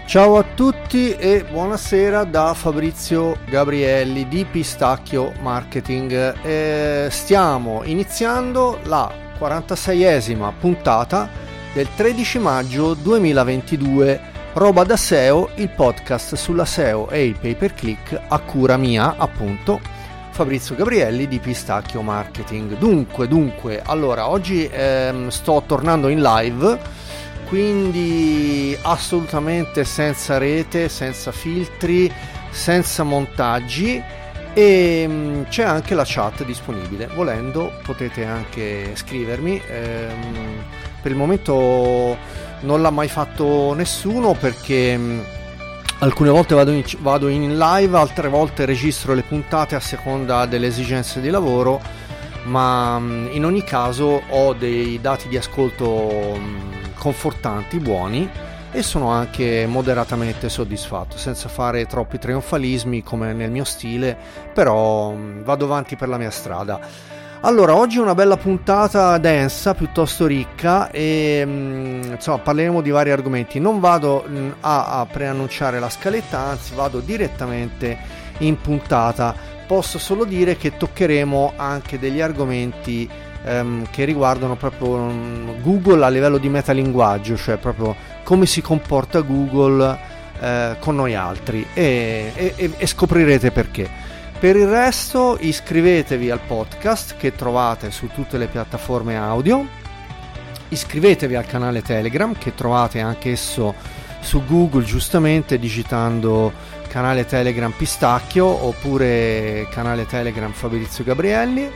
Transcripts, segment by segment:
Ciao a tutti e buonasera da Fabrizio Gabrielli di Pistacchio Marketing. Stiamo iniziando la 46esima puntata del 13 maggio 2022, Roba da SEO, il podcast sulla SEO e il pay per click a cura mia, appunto, Fabrizio Gabrielli di Pistacchio Marketing. Dunque, allora oggi sto tornando in live, quindi assolutamente senza rete, senza filtri, senza montaggi, e c'è anche la chat disponibile. Volendo potete anche scrivermi. Per il momento non l'ha mai fatto nessuno, perché alcune volte vado in live, altre volte registro le puntate a seconda delle esigenze di lavoro, ma in ogni caso ho dei dati di ascolto confortanti, buoni, e sono anche moderatamente soddisfatto, senza fare troppi trionfalismi come nel mio stile, però vado avanti per la mia strada. Allora, oggi è una bella puntata densa, piuttosto ricca, e insomma parleremo di vari argomenti. Non vado a preannunciare la scaletta, anzi vado direttamente in puntata. Posso solo dire che toccheremo anche degli argomenti che riguardano proprio Google a livello di metalinguaggio, cioè proprio come si comporta Google con noi altri, e scoprirete perché. Per il resto iscrivetevi al podcast che trovate su tutte le piattaforme audio, iscrivetevi al canale Telegram che trovate anch'esso su Google, giustamente digitando canale Telegram Pistacchio oppure canale Telegram Fabrizio Gabrielli.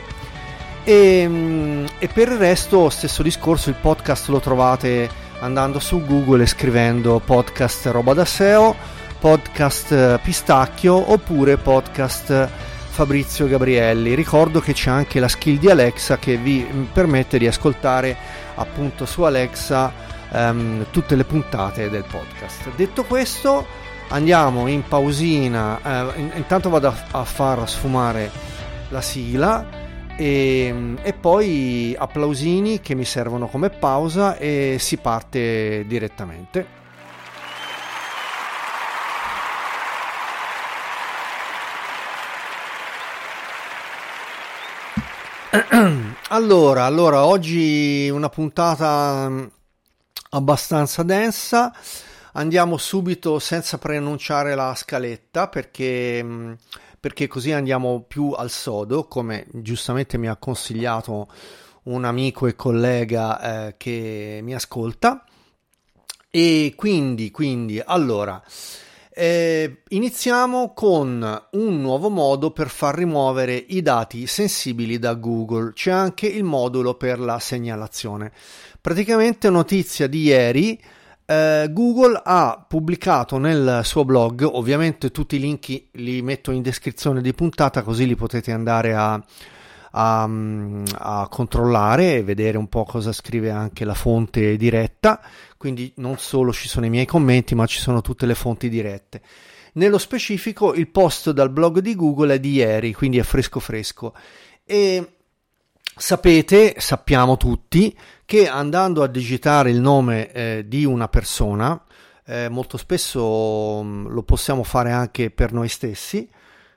E per il resto stesso discorso, il podcast lo trovate andando su Google e scrivendo podcast Roba da SEO, podcast Pistacchio oppure podcast Fabrizio Gabrielli. Ricordo che c'è anche la skill di Alexa che vi permette di ascoltare appunto su Alexa tutte le puntate del podcast. Detto questo, andiamo in pausina. Intanto vado a far sfumare la sigla e poi applausini che mi servono come pausa, e si parte direttamente. Allora, oggi una puntata abbastanza densa. Andiamo subito senza preannunciare la scaletta, perché così andiamo più al sodo, come giustamente mi ha consigliato un amico e collega che mi ascolta. E quindi allora iniziamo con un nuovo modo per far rimuovere i dati sensibili da Google. C'è anche il modulo per la segnalazione. Praticamente, notizia di ieri, Google ha pubblicato nel suo blog, ovviamente tutti i link li metto in descrizione di puntata, così li potete andare a controllare e vedere un po' cosa scrive anche la fonte diretta. Quindi non solo ci sono i miei commenti, ma ci sono tutte le fonti dirette. Nello specifico il post dal blog di Google è di ieri, quindi è fresco, e sappiamo tutti che andando a digitare il nome di una persona, molto spesso lo possiamo fare anche per noi stessi,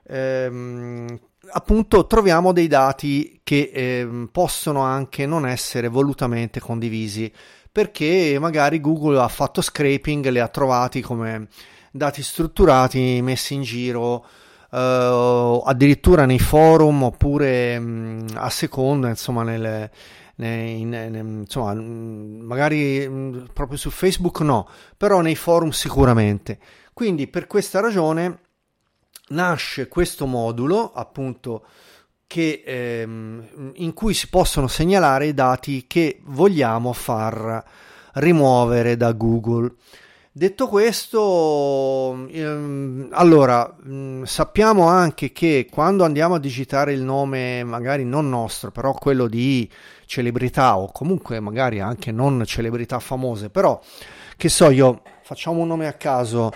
appunto troviamo dei dati che possono anche non essere volutamente condivisi, perché magari Google ha fatto scraping, li ha trovati come dati strutturati messi in giro, addirittura nei forum, oppure a seconda, insomma, insomma, magari proprio su Facebook no, però nei forum sicuramente. Quindi per questa ragione nasce questo modulo, appunto, che in cui si possono segnalare i dati che vogliamo far rimuovere da Google. Detto questo, allora sappiamo anche che quando andiamo a digitare il nome, magari non nostro, però quello di celebrità, o comunque magari anche non celebrità famose, però che so io, facciamo un nome a caso,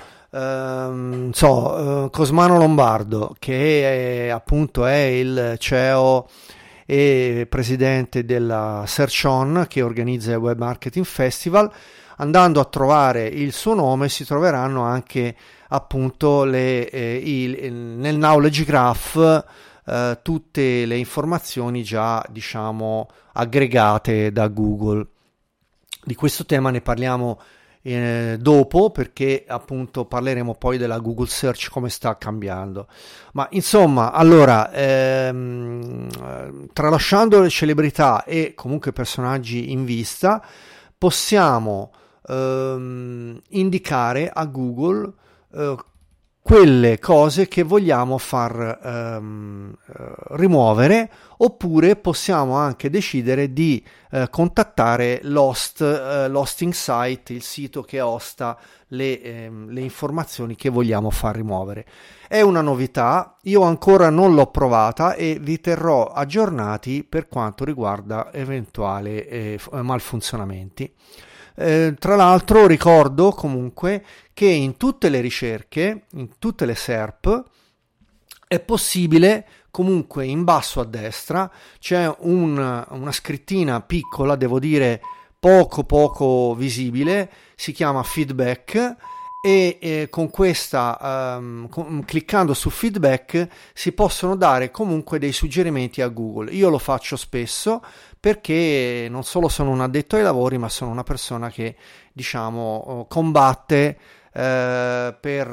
Cosmano Lombardo, che appunto è il CEO e presidente della Search On, che organizza il Web Marketing Festival. andando a trovare il suo nome si troveranno anche appunto nel knowledge graph tutte le informazioni già diciamo aggregate da Google. Di questo tema ne parliamo dopo, perché appunto parleremo poi della Google Search, come sta cambiando. Ma insomma, allora tralasciando le celebrità e comunque personaggi in vista, possiamo indicare a Google quelle cose che vogliamo far rimuovere, oppure possiamo anche decidere di contattare l'hosting site, il sito che hosta le informazioni che vogliamo far rimuovere. È una novità, io ancora non l'ho provata e vi terrò aggiornati per quanto riguarda eventuali malfunzionamenti. Tra l'altro ricordo comunque che in tutte le ricerche, in tutte le SERP, è possibile, comunque in basso a destra c'è una scrittina piccola, devo dire poco visibile, si chiama feedback, e con questa cliccando su feedback si possono dare comunque dei suggerimenti a Google. Io lo faccio spesso perché non solo sono un addetto ai lavori, ma sono una persona che diciamo combatte per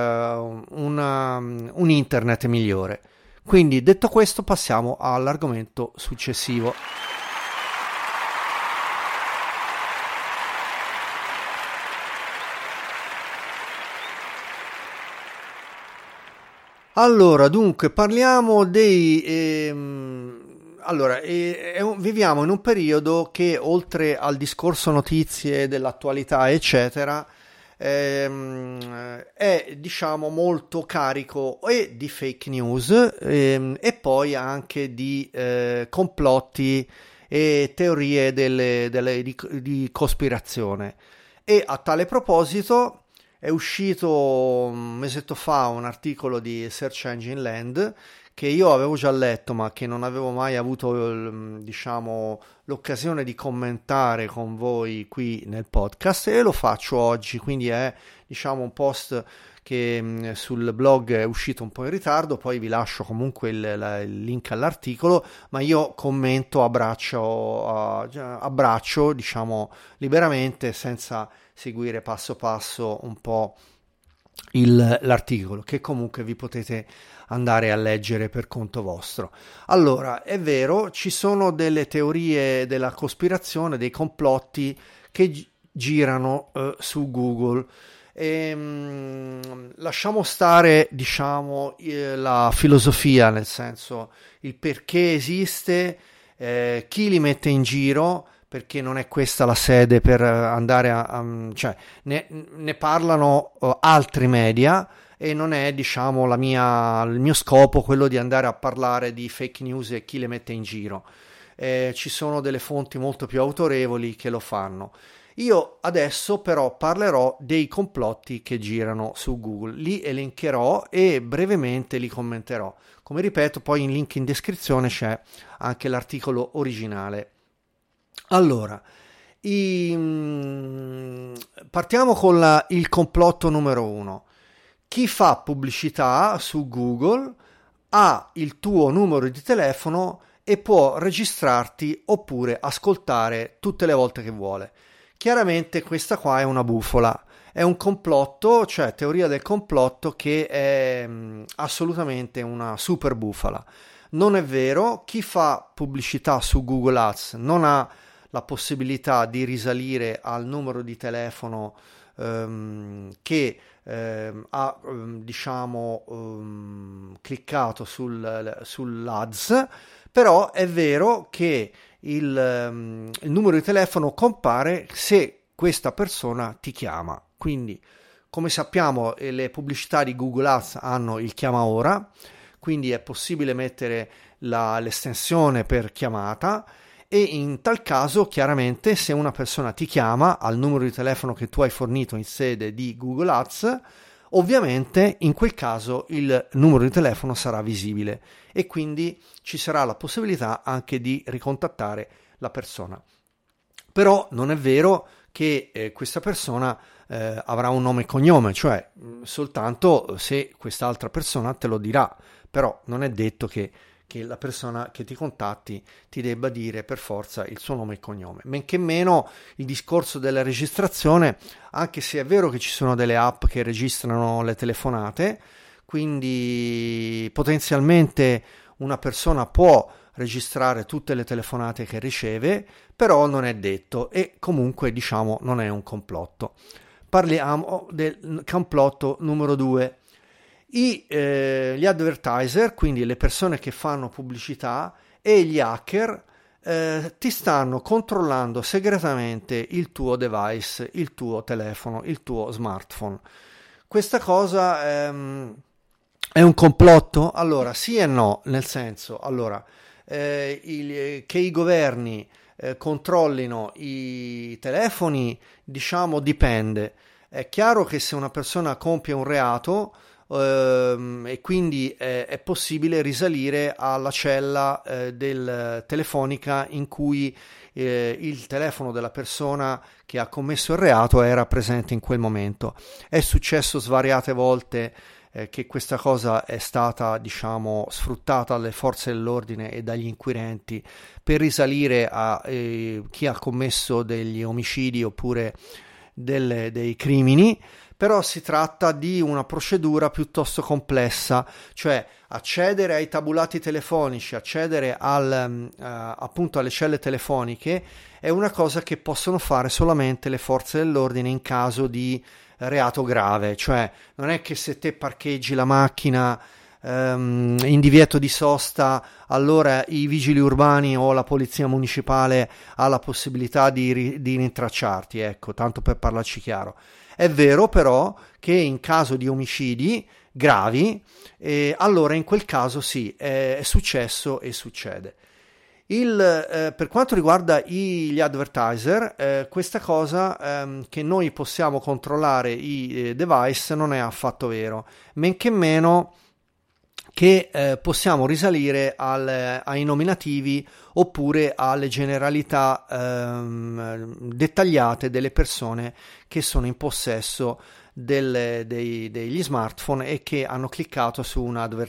un internet migliore. Quindi detto questo, passiamo all'argomento successivo. Allora, dunque, parliamo viviamo in un periodo che, oltre al discorso notizie dell'attualità, eccetera, è diciamo molto carico e di fake news e poi anche di complotti e teorie di cospirazione. E a tale proposito è uscito un mesetto fa un articolo di Search Engine Land che io avevo già letto, ma che non avevo mai avuto diciamo l'occasione di commentare con voi qui nel podcast, e lo faccio oggi. Quindi è diciamo un post che sul blog è uscito un po' in ritardo, poi vi lascio comunque il link all'articolo, ma io commento abbraccio diciamo liberamente, senza seguire passo passo un po' l'articolo, che comunque vi potete andare a leggere per conto vostro. Allora, è vero, ci sono delle teorie della cospirazione, dei complotti che girano su Google. Lasciamo stare diciamo la filosofia, nel senso il perché esiste, chi li mette in giro, perché non è questa la sede per andare cioè ne parlano altri media, e non è diciamo il mio scopo quello di andare a parlare di fake news e chi le mette in giro. Ci sono delle fonti molto più autorevoli che lo fanno. Io adesso però parlerò dei complotti che girano su Google, li elencherò e brevemente li commenterò. Come ripeto, poi in link in descrizione c'è anche l'articolo originale. Allora, partiamo con il complotto numero 1. Chi fa pubblicità su Google ha il tuo numero di telefono e può registrarti oppure ascoltare tutte le volte che vuole. Chiaramente questa qua è una bufola, è un complotto, cioè teoria del complotto, che è assolutamente una super bufala. Non è vero, chi fa pubblicità su Google Ads non ha la possibilità di risalire al numero di telefono che ha diciamo cliccato sull'ads, però è vero che il numero di telefono compare se questa persona ti chiama. Quindi, come sappiamo, le pubblicità di Google Ads hanno il chiama ora, quindi è possibile mettere l'estensione per chiamata, e in tal caso chiaramente se una persona ti chiama al numero di telefono che tu hai fornito in sede di Google Ads, ovviamente in quel caso il numero di telefono sarà visibile e quindi ci sarà la possibilità anche di ricontattare la persona. Però non è vero che questa persona avrà un nome e cognome, cioè soltanto se quest'altra persona te lo dirà, però non è detto che la persona che ti contatti ti debba dire per forza il suo nome e cognome. Men che meno il discorso della registrazione, anche se è vero che ci sono delle app che registrano le telefonate, quindi potenzialmente una persona può registrare tutte le telefonate che riceve, però non è detto, e comunque diciamo non è un complotto. Parliamo del complotto numero 2. Gli advertiser, quindi le persone che fanno pubblicità, e gli hacker ti stanno controllando segretamente il tuo device, il tuo telefono, il tuo smartphone. Questa cosa è un complotto? Allora, sì e no, nel senso, allora, che i governi controllino i telefoni, diciamo, dipende. È chiaro che se una persona compie un reato e quindi è possibile risalire alla cella del telefonica in cui il telefono della persona che ha commesso il reato era presente in quel momento. È successo svariate volte che questa cosa è stata, diciamo, sfruttata dalle forze dell'ordine e dagli inquirenti per risalire a chi ha commesso degli omicidi oppure dei crimini. Però si tratta di una procedura piuttosto complessa, cioè accedere ai tabulati telefonici, accedere appunto alle celle telefoniche è una cosa che possono fare solamente le forze dell'ordine in caso di reato grave, cioè non è che se te parcheggi la macchina in divieto di sosta, allora i vigili urbani o la polizia municipale ha la possibilità di rintracciarti, ecco, tanto per parlarci chiaro. È vero però che in caso di omicidi gravi, allora in quel caso sì, è successo e succede. Per quanto riguarda gli advertiser, questa cosa che noi possiamo controllare i device non è affatto vero, men che meno che possiamo risalire ai nominativi oppure alle generalità dettagliate delle persone che sono in possesso degli smartphone e che hanno cliccato su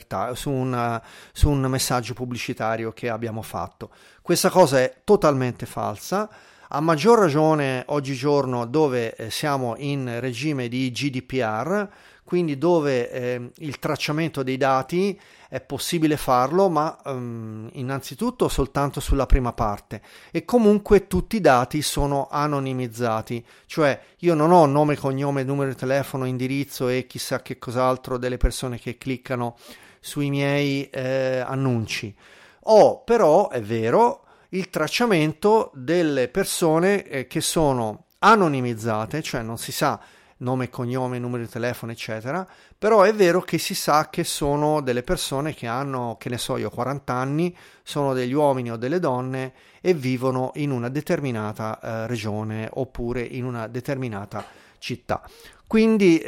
un messaggio pubblicitario che abbiamo fatto. Questa cosa è totalmente falsa, a maggior ragione oggigiorno dove siamo in regime di GDPR, quindi dove il tracciamento dei dati è possibile farlo, ma innanzitutto soltanto sulla prima parte, e comunque tutti i dati sono anonimizzati, cioè io non ho nome, cognome, numero di telefono, indirizzo e chissà che cos'altro delle persone che cliccano sui miei annunci. Ho però, è vero, il tracciamento delle persone che sono anonimizzate, cioè non si sa nome, cognome, numero di telefono, eccetera, però è vero che si sa che sono delle persone che hanno, che ne so io, 40 anni, sono degli uomini o delle donne e vivono in una determinata regione oppure in una determinata città. Quindi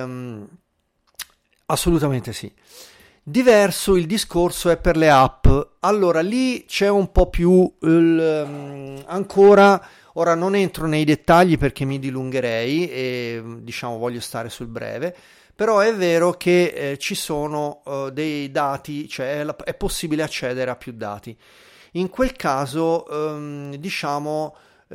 assolutamente sì. Diverso il discorso è per le app. Allora lì c'è un po' più ancora. Ora non entro nei dettagli perché mi dilungherei e diciamo voglio stare sul breve, però è vero che ci sono dei dati, cioè è possibile accedere a più dati. In quel caso diciamo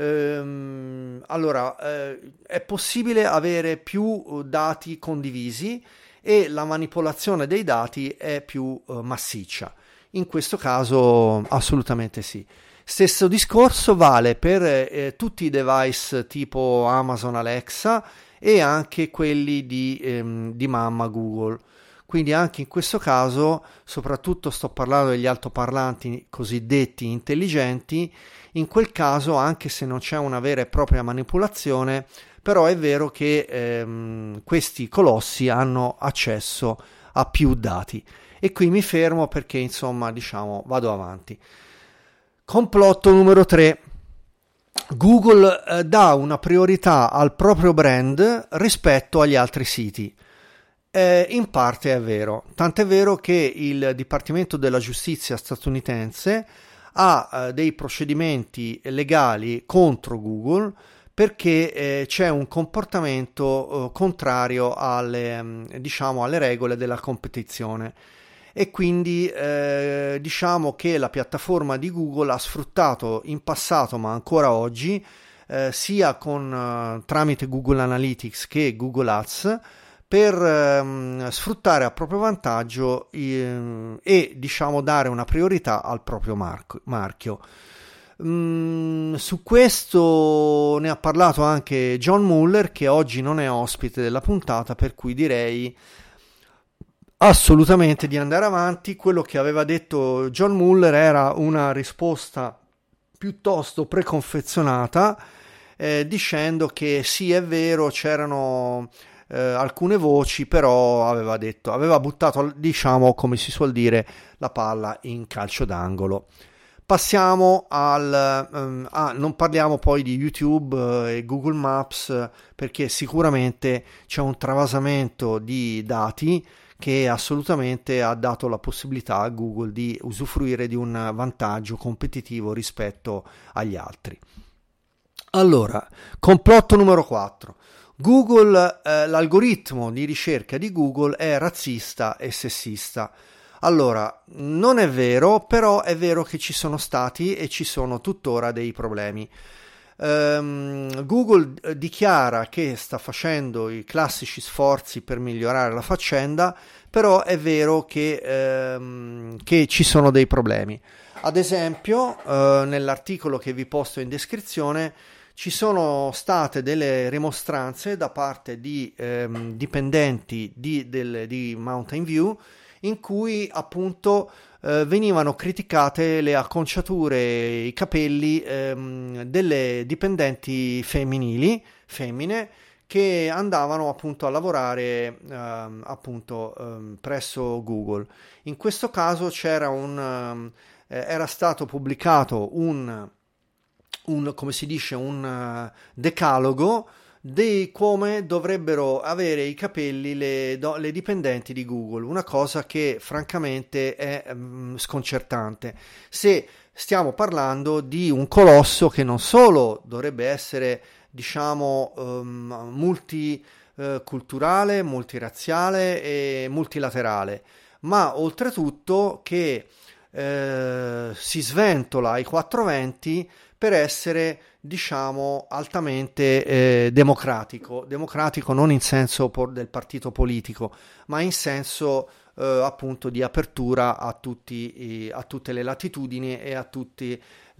allora è possibile avere più dati condivisi e la manipolazione dei dati è più massiccia. In questo caso assolutamente sì. Stesso discorso vale per tutti i device tipo Amazon Alexa e anche quelli di mamma Google. Quindi anche in questo caso, soprattutto sto parlando degli altoparlanti cosiddetti intelligenti, in quel caso anche se non c'è una vera e propria manipolazione, però è vero che questi colossi hanno accesso a più dati. E qui mi fermo perché insomma diciamo vado avanti. Complotto numero 3. Google dà una priorità al proprio brand rispetto agli altri siti. In parte è vero, tant'è vero che il Dipartimento della Giustizia statunitense ha dei procedimenti legali contro Google perché c'è un comportamento contrario alle regole della competizione. E quindi diciamo che la piattaforma di Google ha sfruttato in passato, ma ancora oggi, sia tramite Google Analytics che Google Ads, per sfruttare a proprio vantaggio e diciamo dare una priorità al proprio marchio. Su questo ne ha parlato anche John Mueller, che oggi non è ospite della puntata, per cui direi assolutamente di andare avanti. Quello che aveva detto John Mueller era una risposta piuttosto preconfezionata, dicendo che sì, è vero, c'erano alcune voci, però aveva buttato, diciamo, come si suol dire, la palla in calcio d'angolo. Passiamo non parliamo poi di YouTube e Google Maps, perché sicuramente c'è un travasamento di dati che assolutamente ha dato la possibilità a Google di usufruire di un vantaggio competitivo rispetto agli altri. Allora, complotto numero 4. Google, l'algoritmo di ricerca di Google è razzista e sessista. Allora, non è vero, però è vero che ci sono stati e ci sono tuttora dei problemi. Google dichiara che sta facendo i classici sforzi per migliorare la faccenda, però è vero che ci sono dei problemi. Ad esempio, nell'articolo che vi posto in descrizione ci sono state delle rimostranze da parte di dipendenti di Mountain View, in cui appunto venivano criticate le acconciature, i capelli delle dipendenti femmine, che andavano appunto a lavorare presso Google. In questo caso era stato pubblicato un decalogo di come dovrebbero avere i capelli le dipendenti di Google, una cosa che francamente è sconcertante. Se stiamo parlando di un colosso che non solo dovrebbe essere, diciamo, multiculturale, multirazziale e multilaterale, ma oltretutto che si sventola ai 420 per essere, diciamo, altamente democratico non in senso del partito politico, ma in senso appunto di apertura a tutte le latitudini e a tutte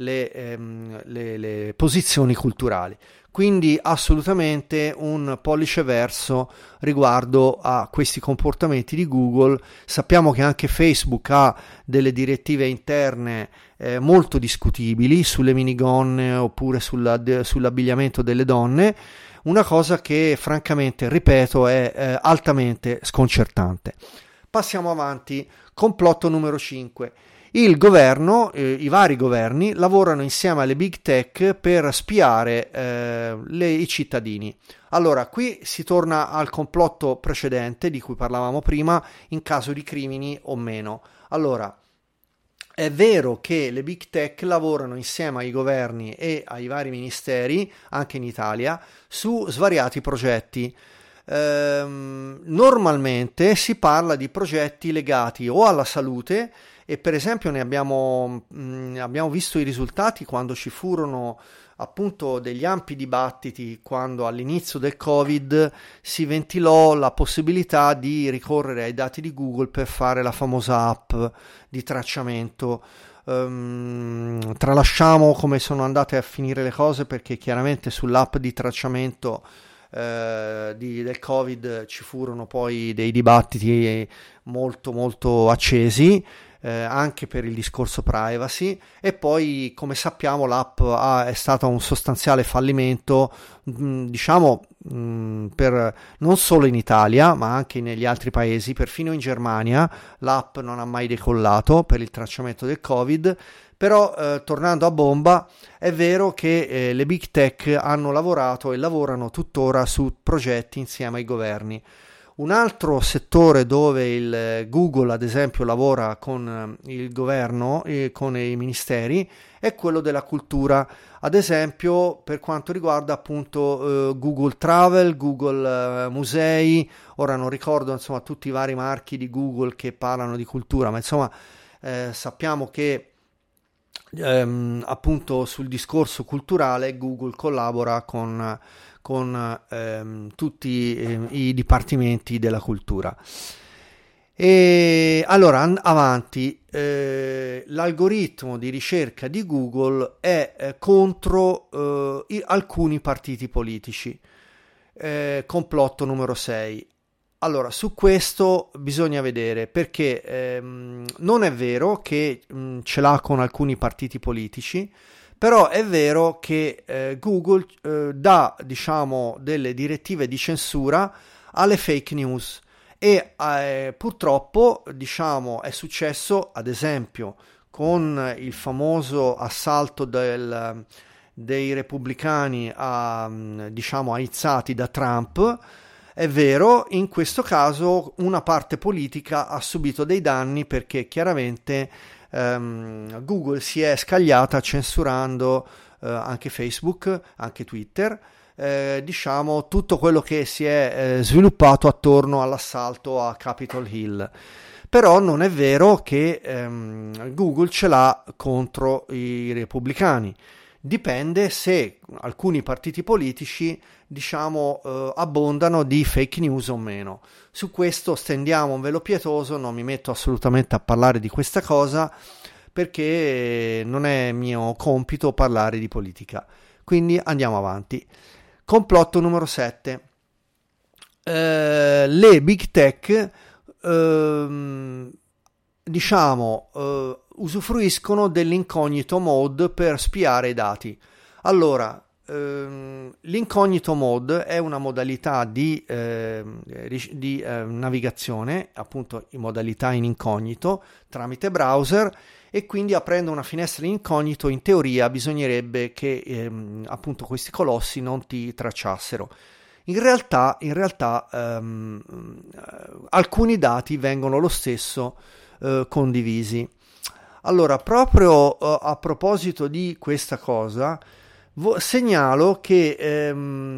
le posizioni culturali. Quindi assolutamente un pollice verso riguardo a questi comportamenti di Google. Sappiamo che anche Facebook ha delle direttive interne molto discutibili sulle minigonne oppure sull'abbigliamento delle donne, una cosa che francamente, ripeto, è altamente sconcertante. Passiamo avanti. Complotto numero 5. Il governo, i vari governi lavorano insieme alle big tech per spiare i cittadini. Allora, qui si torna al complotto precedente di cui parlavamo prima, in caso di crimini o meno. Allora, è vero che le big tech lavorano insieme ai governi e ai vari ministeri, anche in Italia, su svariati progetti. Normalmente si parla di progetti legati o alla salute, e per esempio ne abbiamo visto i risultati quando ci furono appunto degli ampi dibattiti, quando all'inizio del Covid si ventilò la possibilità di ricorrere ai dati di Google per fare la famosa app di tracciamento. Tralasciamo come sono andate a finire le cose, perché chiaramente sull'app di tracciamento del Covid ci furono poi dei dibattiti molto molto accesi, anche per il discorso privacy, e poi, come sappiamo, l'app è stata un sostanziale fallimento, diciamo, per non solo in Italia ma anche negli altri paesi. Perfino in Germania l'app non ha mai decollato per il tracciamento del Covid. Però tornando a bomba, è vero che le big tech hanno lavorato e lavorano tuttora su progetti insieme ai governi. Un altro settore dove il Google, ad esempio, lavora con il governo e con i ministeri è quello della cultura, ad esempio per quanto riguarda appunto Google Travel, Google Musei. Ora non ricordo insomma tutti i vari marchi di Google che parlano di cultura, ma insomma sappiamo che appunto sul discorso culturale Google collabora con tutti i dipartimenti della cultura. E allora avanti, l'algoritmo di ricerca di Google è contro alcuni partiti politici. Complotto numero 6. Allora, su questo bisogna vedere, perché non è vero che ce l'ha con alcuni partiti politici, però è vero che Google dà, diciamo, delle direttive di censura alle fake news e purtroppo, diciamo, è successo, ad esempio, con il famoso assalto dei repubblicani diciamo, aizzati da Trump. È vero, in questo caso una parte politica ha subito dei danni perché chiaramente Google si è scagliata censurando anche Facebook, anche Twitter, diciamo tutto quello che si è sviluppato attorno all'assalto a Capitol Hill. Però non è vero che Google ce l'ha contro i repubblicani. Dipende se alcuni partiti politici, diciamo, abbondano di fake news o meno. Su questo stendiamo un velo pietoso, non mi metto assolutamente a parlare di questa cosa perché non è mio compito parlare di politica. Quindi andiamo avanti. Complotto numero 7. Le big tech diciamo usufruiscono dell'incognito mode per spiare i dati. Allora, l'incognito mode è una modalità di navigazione, appunto in modalità in incognito tramite browser, e quindi aprendo una finestra in incognito in teoria bisognerebbe che appunto questi colossi non ti tracciassero. In realtà alcuni dati vengono lo stesso condivisi. Allora, proprio a proposito di questa cosa, segnalo che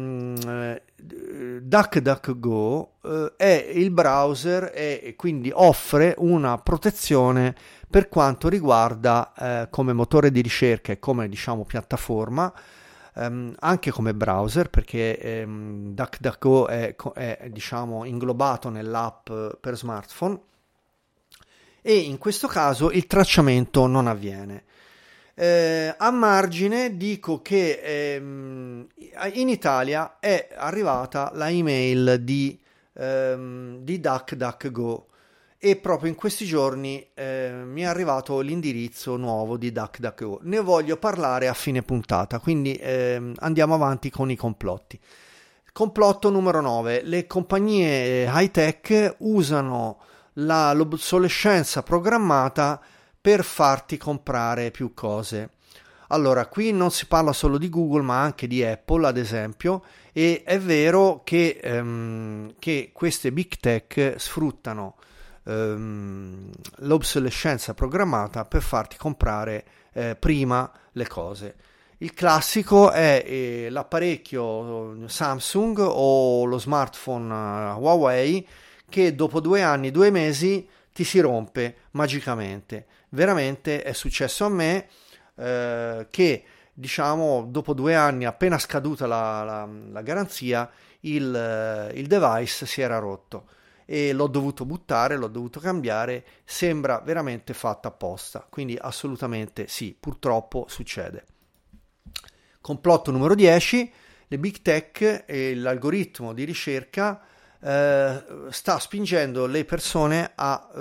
DuckDuckGo è il browser e quindi offre una protezione per quanto riguarda come motore di ricerca e come, diciamo, piattaforma, anche come browser, perché DuckDuckGo è diciamo inglobato nell'app per smartphone, e in questo caso il tracciamento non avviene. A margine dico che in Italia è arrivata la email di DuckDuckGo e proprio in questi giorni mi è arrivato l'indirizzo nuovo di DuckDuckGo. Ne voglio parlare a fine puntata, quindi andiamo avanti con i complotti. Complotto numero 9. Le compagnie high tech usano l'obsolescenza programmata per farti comprare più cose. Allora, qui non si parla solo di Google, ma anche di Apple, ad esempio, e è vero che queste big tech sfruttano l'obsolescenza programmata per farti comprare prima le cose. Il classico è l'apparecchio Samsung o lo smartphone Huawei che dopo 2 anni, 2 mesi ti si rompe magicamente. Veramente è successo a me che, diciamo, dopo 2 anni, appena scaduta la garanzia, il device si era rotto e l'ho dovuto buttare, l'ho dovuto cambiare. Sembra veramente fatta apposta, quindi assolutamente sì, purtroppo succede. Complotto numero 10. Le big tech e l'algoritmo di ricerca sta spingendo le persone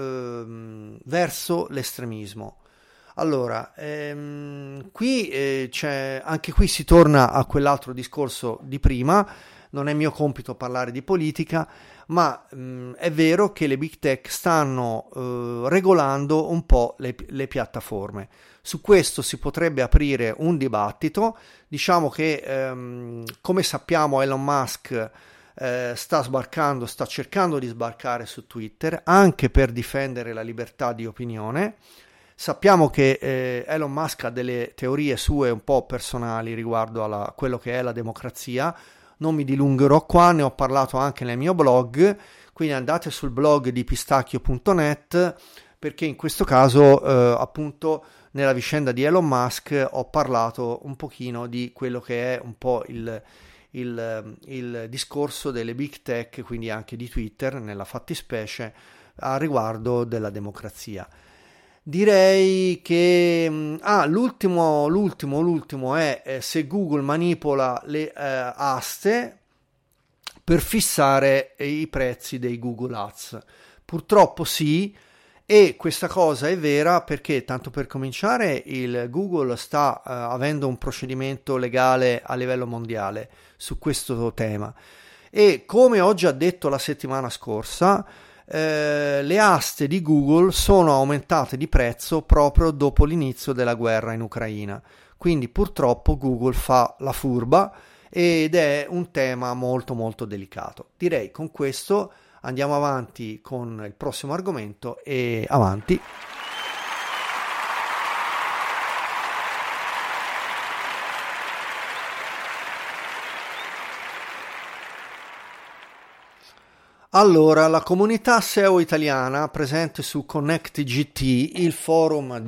verso l'estremismo. Allora, qui anche qui si torna a quell'altro discorso di prima. Non è mio compito parlare di politica, ma è vero che le big tech stanno regolando un po' le piattaforme. Su questo si potrebbe aprire un dibattito. Diciamo che come sappiamo Elon Musk sta cercando di sbarcare su Twitter anche per difendere la libertà di opinione. Sappiamo che Elon Musk ha delle teorie sue un po' personali riguardo a quello che è la democrazia. Non mi dilungherò qua, ne ho parlato anche nel mio blog, quindi andate sul blog di pistacchio.net, perché in questo caso appunto nella vicenda di Elon Musk ho parlato un pochino di quello che è un po' il discorso delle big tech, quindi anche di Twitter nella fattispecie, a riguardo della democrazia. Direi che l'ultimo è se Google manipola le aste per fissare i prezzi dei Google Ads. Purtroppo sì, e questa cosa è vera perché, tanto per cominciare, il Google sta avendo un procedimento legale a livello mondiale su questo tema, e come ho già detto la settimana scorsa, le aste di Google sono aumentate di prezzo proprio dopo l'inizio della guerra in Ucraina, quindi purtroppo Google fa la furba ed è un tema molto molto delicato. Direi con questo andiamo avanti con il prossimo argomento e avanti. Allora, la comunità SEO italiana presente su ConnectGT, il forum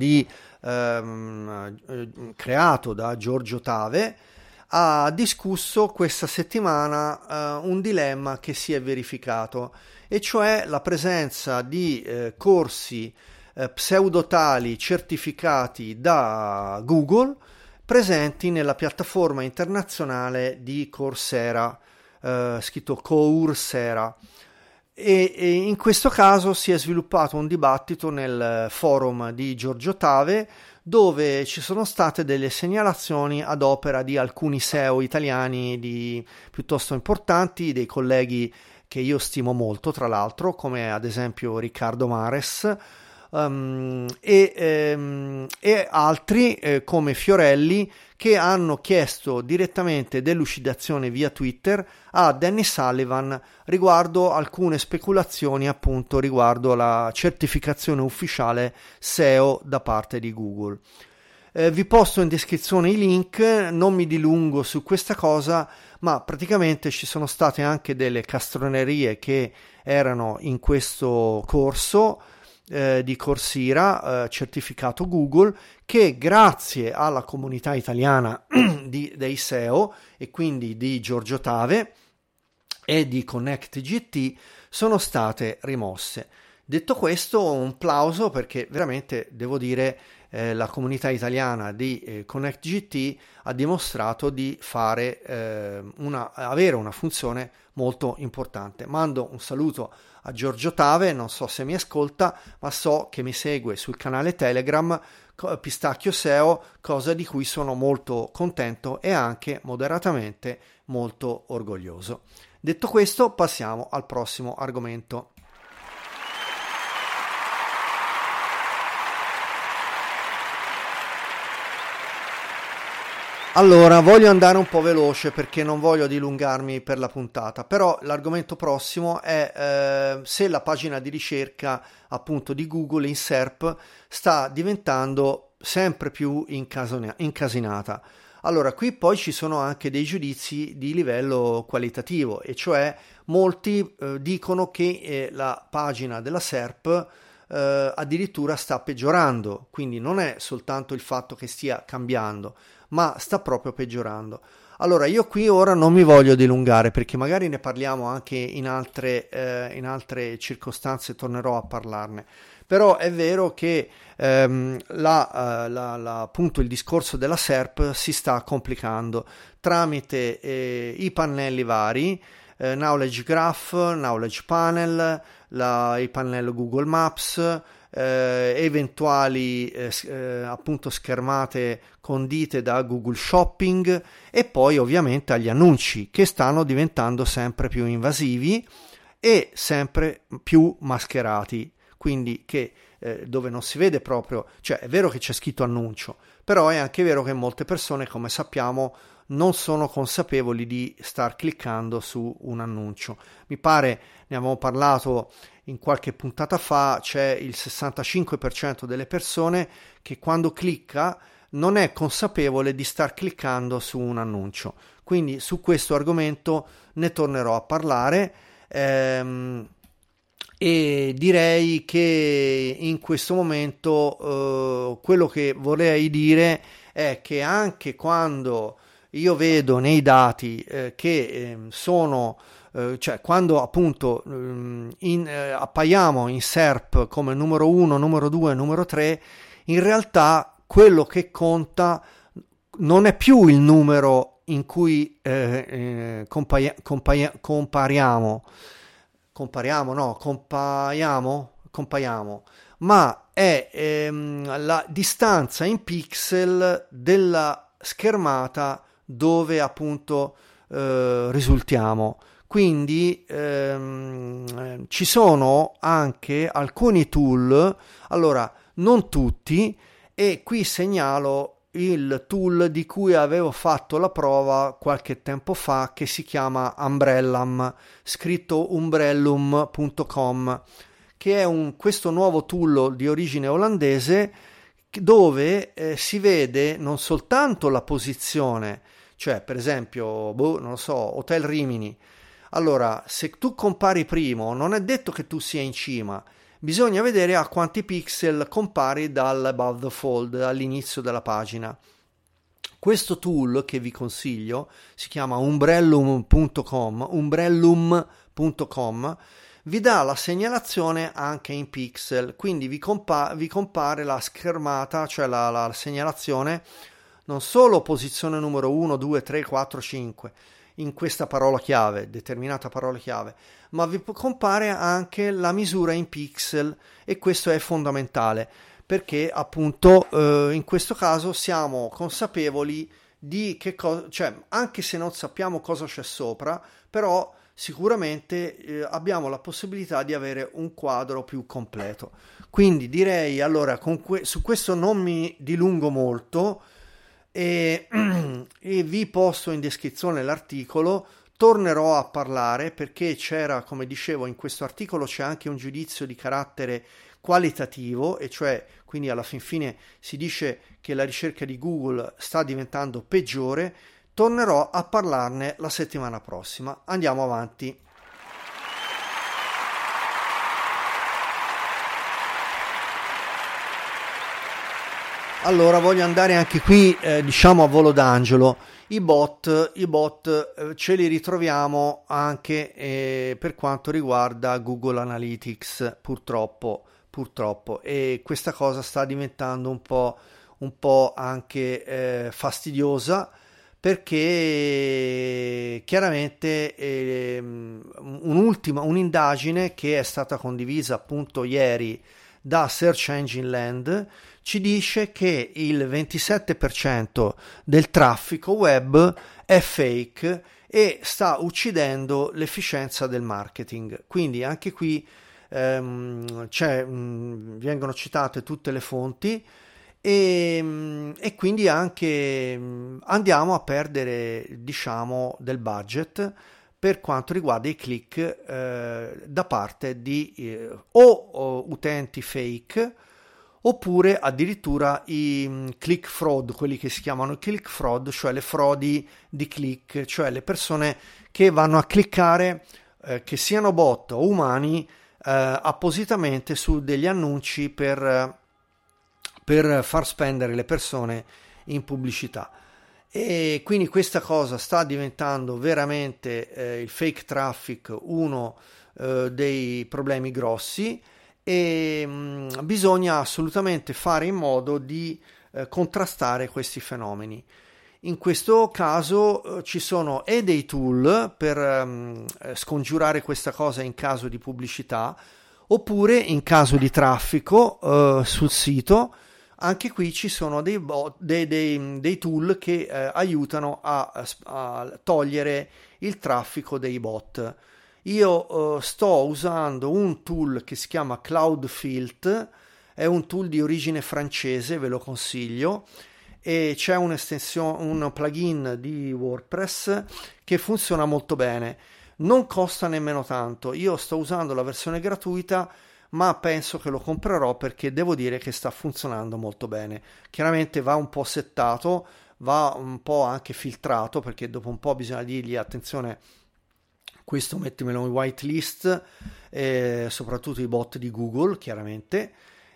creato da Giorgio Tave, ha discusso questa settimana un dilemma che si è verificato, e cioè la presenza di corsi pseudotali certificati da Google presenti nella piattaforma internazionale di Coursera, scritto Coursera. E in questo caso si è sviluppato un dibattito nel forum di Giorgio Tave, dove ci sono state delle segnalazioni ad opera di alcuni SEO italiani piuttosto importanti, dei colleghi che io stimo molto, tra l'altro, come ad esempio Riccardo Mares, e altri come Fiorelli, che hanno chiesto direttamente delucidazione via Twitter a Danny Sullivan riguardo alcune speculazioni appunto riguardo la certificazione ufficiale SEO da parte di Google. Vi posto in descrizione i link, non mi dilungo su questa cosa, ma praticamente ci sono state anche delle castronerie che erano in questo corso di Coursera certificato Google, che grazie alla comunità italiana dei SEO e quindi di Giorgio Tave e di ConnectGT sono state rimosse. Detto questo, un plauso, perché veramente devo dire la comunità italiana di ConnectGT ha dimostrato di avere una funzione molto importante. Mando un saluto a Giorgio Tave, non so se mi ascolta, ma so che mi segue sul canale Telegram Pistacchio SEO, cosa di cui sono molto contento e anche moderatamente molto orgoglioso. Detto questo, passiamo al prossimo argomento. Allora, voglio andare un po' veloce perché non voglio dilungarmi per la puntata, però l'argomento prossimo è se la pagina di ricerca appunto di Google in SERP sta diventando sempre più incasinata. Allora, qui poi ci sono anche dei giudizi di livello qualitativo, e cioè molti dicono che la pagina della SERP addirittura sta peggiorando, quindi non è soltanto il fatto che stia cambiando, ma sta proprio peggiorando. Allora, io qui ora non mi voglio dilungare perché magari ne parliamo anche in altre circostanze, tornerò a parlarne. Però è vero che appunto il discorso della SERP si sta complicando tramite i pannelli vari, Knowledge Graph, Knowledge Panel, il pannello Google Maps, eventuali appunto schermate condite da Google Shopping, e poi ovviamente agli annunci che stanno diventando sempre più invasivi e sempre più mascherati, quindi che dove non si vede proprio, cioè è vero che c'è scritto annuncio, però è anche vero che molte persone, come sappiamo, non sono consapevoli di star cliccando su un annuncio. Mi pare, ne avevamo parlato in qualche puntata fa, c'è il 65% delle persone che quando clicca non è consapevole di star cliccando su un annuncio. Quindi su questo argomento ne tornerò a parlare, e direi che in questo momento quello che vorrei dire è che anche quando io vedo nei dati che sono cioè quando appunto appaiamo in SERP come numero 1, numero 2, numero 3, in realtà quello che conta non è più il numero in cui compaiamo, ma è la distanza in pixel della schermata dove appunto risultiamo. Quindi ci sono anche alcuni tool, allora non tutti, e qui segnalo il tool di cui avevo fatto la prova qualche tempo fa, che si chiama Umbrellum, scritto umbrellum.com, che è questo nuovo tool di origine olandese dove si vede non soltanto la posizione, cioè per esempio, non lo so, Hotel Rimini. Allora, se tu compari primo, non è detto che tu sia in cima, bisogna vedere a quanti pixel compari dall'above the fold, all'inizio della pagina. Questo tool che vi consiglio si chiama umbrellum.com, vi dà la segnalazione anche in pixel, quindi vi compare la schermata, cioè la segnalazione, non solo posizione numero 1, 2, 3, 4, 5 in questa parola chiave, determinata parola chiave, ma vi compare anche la misura in pixel, e questo è fondamentale perché appunto in questo caso siamo consapevoli di che cosa, cioè anche se non sappiamo cosa c'è sopra, però sicuramente abbiamo la possibilità di avere un quadro più completo. Quindi direi, allora, su questo non mi dilungo molto, e vi posto in descrizione l'articolo. Tornerò a parlare perché c'era, come dicevo, in questo articolo c'è anche un giudizio di carattere qualitativo, e cioè quindi alla fin fine si dice che la ricerca di Google sta diventando peggiore. Tornerò a parlarne la settimana prossima. Andiamo avanti. Allora, voglio andare anche qui, diciamo a volo d'angelo. I bot ce li ritroviamo anche per quanto riguarda Google Analytics, purtroppo, e questa cosa sta diventando un po' anche fastidiosa, perché chiaramente un'indagine che è stata condivisa appunto ieri da Search Engine Land ci dice che il 27% del traffico web è fake e sta uccidendo l'efficienza del marketing. Quindi anche qui vengono citate tutte le fonti, e quindi anche andiamo a perdere, diciamo, del budget per quanto riguarda i click da parte di o utenti fake, oppure addirittura i click fraud, quelli che si chiamano click fraud, cioè le frodi di click, cioè le persone che vanno a cliccare, che siano bot o umani, appositamente su degli annunci per far spendere le persone in pubblicità. E quindi questa cosa sta diventando veramente il fake traffic uno dei problemi grossi, e bisogna assolutamente fare in modo di contrastare questi fenomeni. In questo caso ci sono dei tool per scongiurare questa cosa in caso di pubblicità, oppure in caso di traffico sul sito. Anche qui ci sono dei tool che aiutano a togliere il traffico dei bot. Io sto usando un tool che si chiama Cloudfilt, è un tool di origine francese, ve lo consiglio, e c'è un'estensione, un plugin di WordPress che funziona molto bene, non costa nemmeno tanto. Io sto usando la versione gratuita, ma penso che lo comprerò perché devo dire che sta funzionando molto bene. Chiaramente va un po' settato, va un po' anche filtrato, perché dopo un po' bisogna dirgli attenzione, questo mettimelo in whitelist, soprattutto i bot di Google, chiaramente.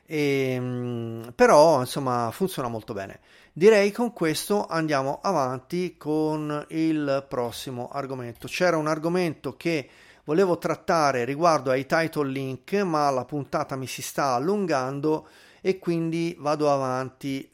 Però insomma funziona molto bene. Direi con questo andiamo avanti con il prossimo argomento. C'era un argomento che volevo trattare riguardo ai title link, ma la puntata mi si sta allungando e quindi vado avanti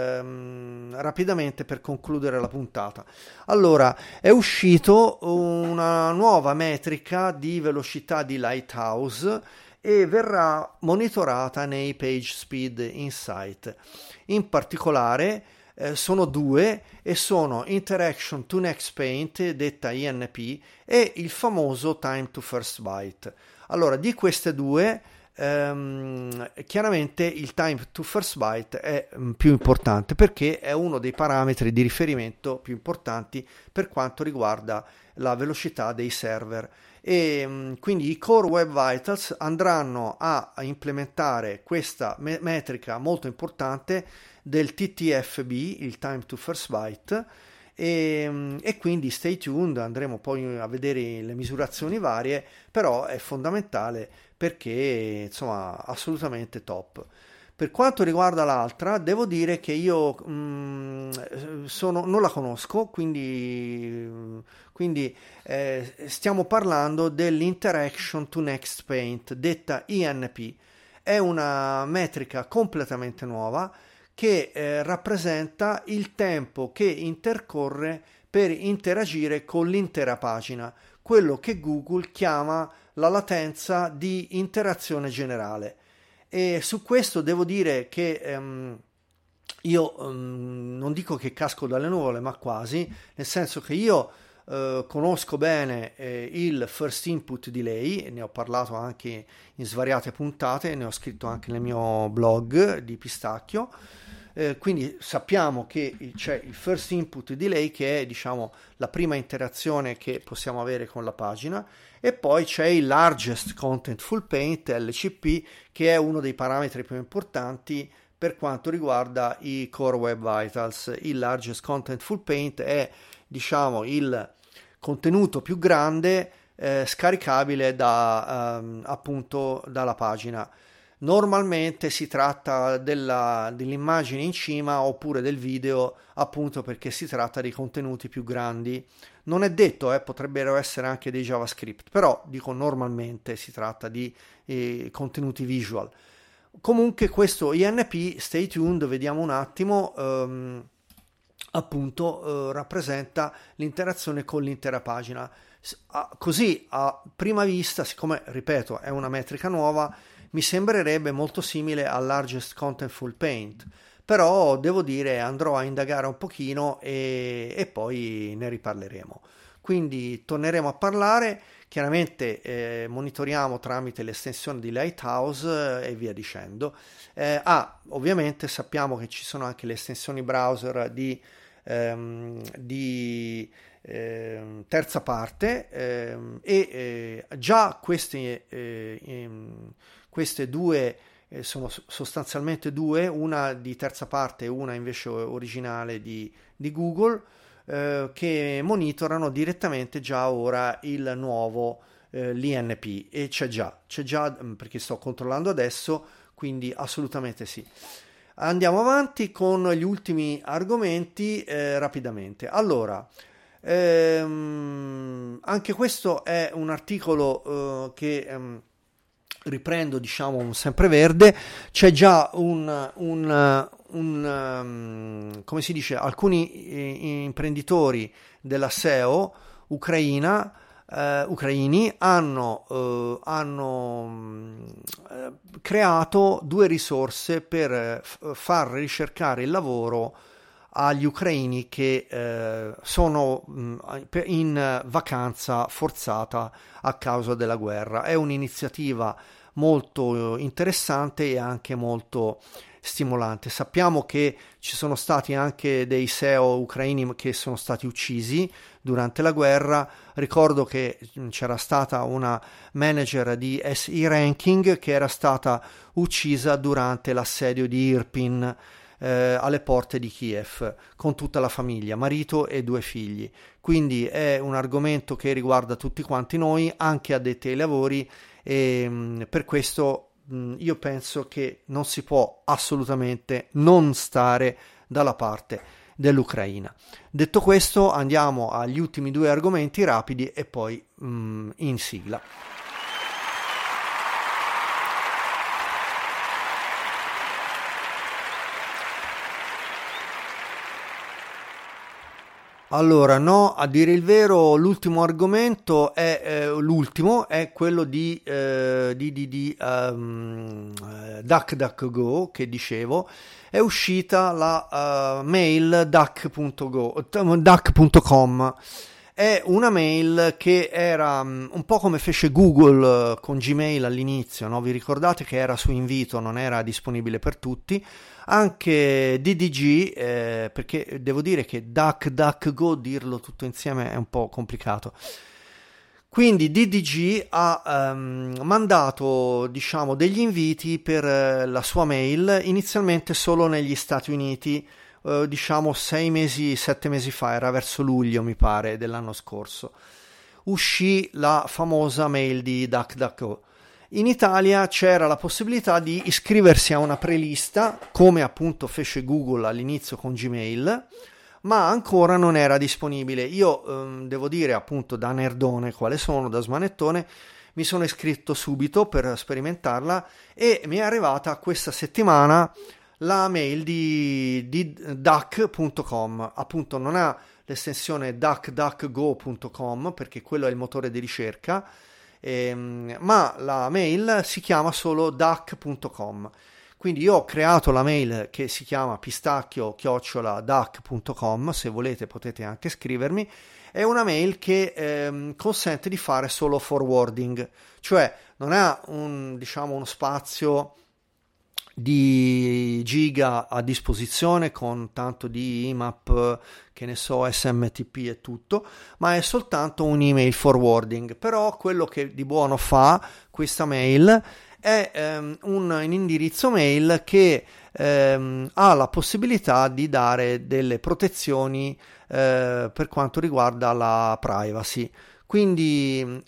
rapidamente per concludere la puntata. Allora, è uscito una nuova metrica di velocità di Lighthouse e verrà monitorata nei Page Speed Insight. In particolare sono due e sono Interaction to Next Paint, detta INP, e il famoso Time to First Byte. Allora, di queste due chiaramente il Time to First Byte è più importante perché è uno dei parametri di riferimento più importanti per quanto riguarda la velocità dei server, e quindi i Core Web Vitals andranno a implementare questa metrica molto importante del TTFB, il Time to First Byte, e quindi stay tuned, andremo poi a vedere le misurazioni varie, però è fondamentale perché insomma assolutamente top. Per quanto riguarda l'altra, devo dire che io non la conosco, quindi stiamo parlando dell'Interaction to Next Paint, detta INP. È una metrica completamente nuova che rappresenta il tempo che intercorre per interagire con l'intera pagina, quello che Google chiama la latenza di interazione generale. E su questo devo dire che io non dico che casco dalle nuvole, ma quasi, nel senso che io conosco bene il First Input Delay, e ne ho parlato anche in svariate puntate, ne ho scritto anche nel mio blog di Pistacchio. Quindi sappiamo che c'è il First Input Delay, che è diciamo la prima interazione che possiamo avere con la pagina, e poi c'è il Largest Contentful Paint, LCP, che è uno dei parametri più importanti per quanto riguarda i Core Web Vitals. Il Largest Contentful Paint è diciamo il contenuto più grande scaricabile appunto dalla pagina. Normalmente si tratta dell'immagine in cima oppure del video, appunto perché si tratta di contenuti più grandi. Non è detto, potrebbero essere anche dei JavaScript, però dico normalmente si tratta di contenuti visual. Comunque questo INP, stay tuned, vediamo un attimo, appunto rappresenta l'interazione con l'intera pagina. Così a prima vista, siccome ripeto è una metrica nuova, mi sembrerebbe molto simile al Largest Contentful Paint, però devo dire andrò a indagare un pochino e poi ne riparleremo. Quindi torneremo a parlare, chiaramente monitoriamo tramite l'estensione di Lighthouse e via dicendo. Ovviamente sappiamo che ci sono anche le estensioni browser di terza parte, già queste due sono sostanzialmente due, una di terza parte e una invece originale di Google, che monitorano direttamente già ora il nuovo l'INP, e c'è già perché sto controllando adesso, quindi assolutamente sì. Andiamo avanti con gli ultimi argomenti rapidamente. Allora, anche questo è un articolo che riprendo, diciamo, un sempreverde. C'è già come si dice, alcuni imprenditori della SEO ucraini hanno creato due risorse per far ricercare il lavoro agli ucraini che sono in vacanza forzata a causa della guerra. È un'iniziativa molto interessante e anche molto stimolante. Sappiamo che ci sono stati anche dei SEO ucraini che sono stati uccisi durante la guerra. Ricordo che c'era stata una manager di SE Ranking che era stata uccisa durante l'assedio di Irpin alle porte di Kiev, con tutta la famiglia, marito e 2 figli. Quindi è un argomento che riguarda tutti quanti noi, anche addetti ai lavori, e per questo io penso che non si può assolutamente non stare dalla parte dell'Ucraina. Detto questo, andiamo agli ultimi 2 argomenti rapidi e poi in sigla. Allora, no, a dire il vero, l'ultimo argomento è quello di DuckDuckGo, che dicevo. È uscita la mail duck.com. È una mail che era un po' come fece Google con Gmail all'inizio, no? Vi ricordate che era su invito, non era disponibile per tutti. Anche DDG, perché devo dire che DuckDuckGo, dirlo tutto insieme è un po' complicato. Quindi DDG ha mandato, diciamo, degli inviti per la sua mail, inizialmente solo negli Stati Uniti, diciamo 7 mesi fa, era verso luglio mi pare dell'anno scorso, uscì la famosa mail di DuckDuckGo. In Italia c'era la possibilità di iscriversi a una prelista, come appunto fece Google all'inizio con Gmail, ma ancora non era disponibile. Io devo dire, appunto, da nerdone quale sono, da smanettone, mi sono iscritto subito per sperimentarla e mi è arrivata questa settimana la mail di duck.com. Appunto non ha l'estensione duckduckgo.com perché quello è il motore di ricerca, ma la mail si chiama solo duck.com. Quindi io ho creato la mail che si chiama pistacchio@duck.com, se volete potete anche scrivermi. È una mail che consente di fare solo forwarding, cioè non ha uno spazio di giga a disposizione con tanto di IMAP, che ne so, SMTP e tutto, ma è soltanto un email forwarding. Però quello che di buono fa questa mail è un indirizzo mail che ha la possibilità di dare delle protezioni per quanto riguarda la privacy. Quindi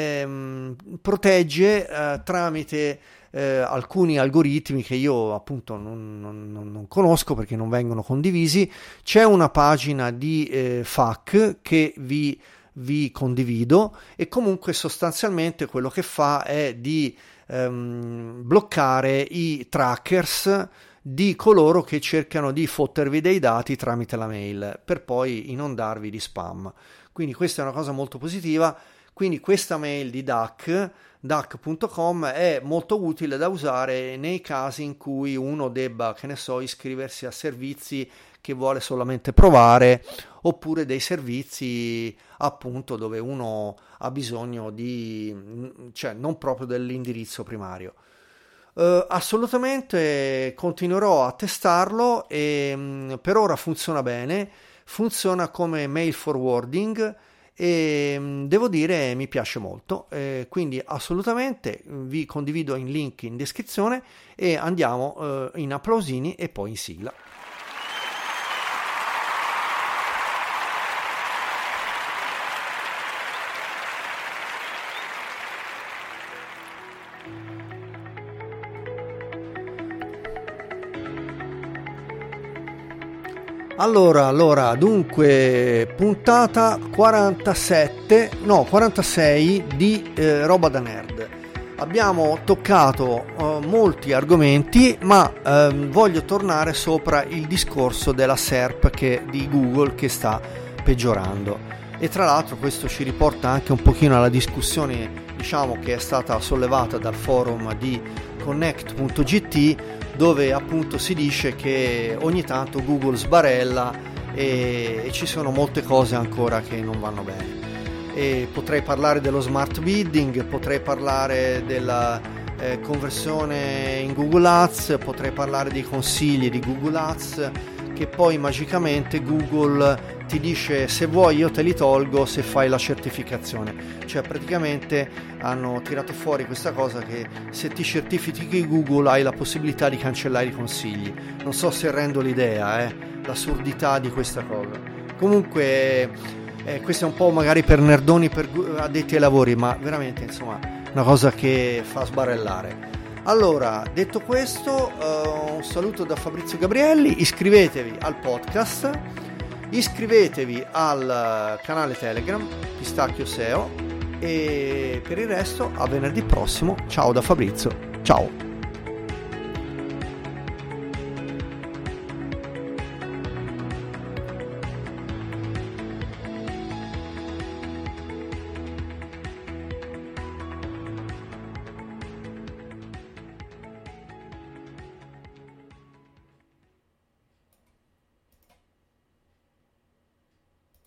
protegge tramite alcuni algoritmi che io appunto non conosco perché non vengono condivisi. C'è una pagina di FAQ che vi condivido, e comunque sostanzialmente quello che fa è di bloccare i trackers di coloro che cercano di fottervi dei dati tramite la mail per poi inondarvi di spam. Quindi questa è una cosa molto positiva. Quindi questa mail di duck.com è molto utile da usare nei casi in cui uno debba, che ne so, iscriversi a servizi che vuole solamente provare, oppure dei servizi appunto dove uno ha bisogno cioè non proprio dell'indirizzo primario. Assolutamente continuerò a testarlo e per ora funziona bene, funziona come mail forwarding e devo dire mi piace molto, quindi assolutamente vi condivido il link in descrizione e andiamo in applausini e poi in sigla. Allora, dunque, puntata 46 di Roba da Nerd. Abbiamo toccato molti argomenti, ma voglio tornare sopra il discorso della SERP di Google che sta peggiorando. E tra l'altro questo ci riporta anche un pochino alla discussione, diciamo, che è stata sollevata dal forum di Connect.gt, dove appunto si dice che ogni tanto Google sbarella e ci sono molte cose ancora che non vanno bene. E potrei parlare dello smart bidding, potrei parlare della conversione in Google Ads, potrei parlare dei consigli di Google Ads, che poi magicamente Google ti dice se vuoi io te li tolgo se fai la certificazione. Cioè praticamente hanno tirato fuori questa cosa che se ti certifichi Google hai la possibilità di cancellare i consigli. Non so se rendo l'idea, l'assurdità di questa cosa. Comunque questo è un po' magari per nerdoni, per addetti ai lavori, ma veramente insomma una cosa che fa sbarellare. Allora, detto questo, un saluto da Fabrizio Gabrielli, iscrivetevi al podcast, iscrivetevi al canale Telegram Pistacchio SEO, e per il resto a venerdì prossimo. Ciao da Fabrizio, ciao.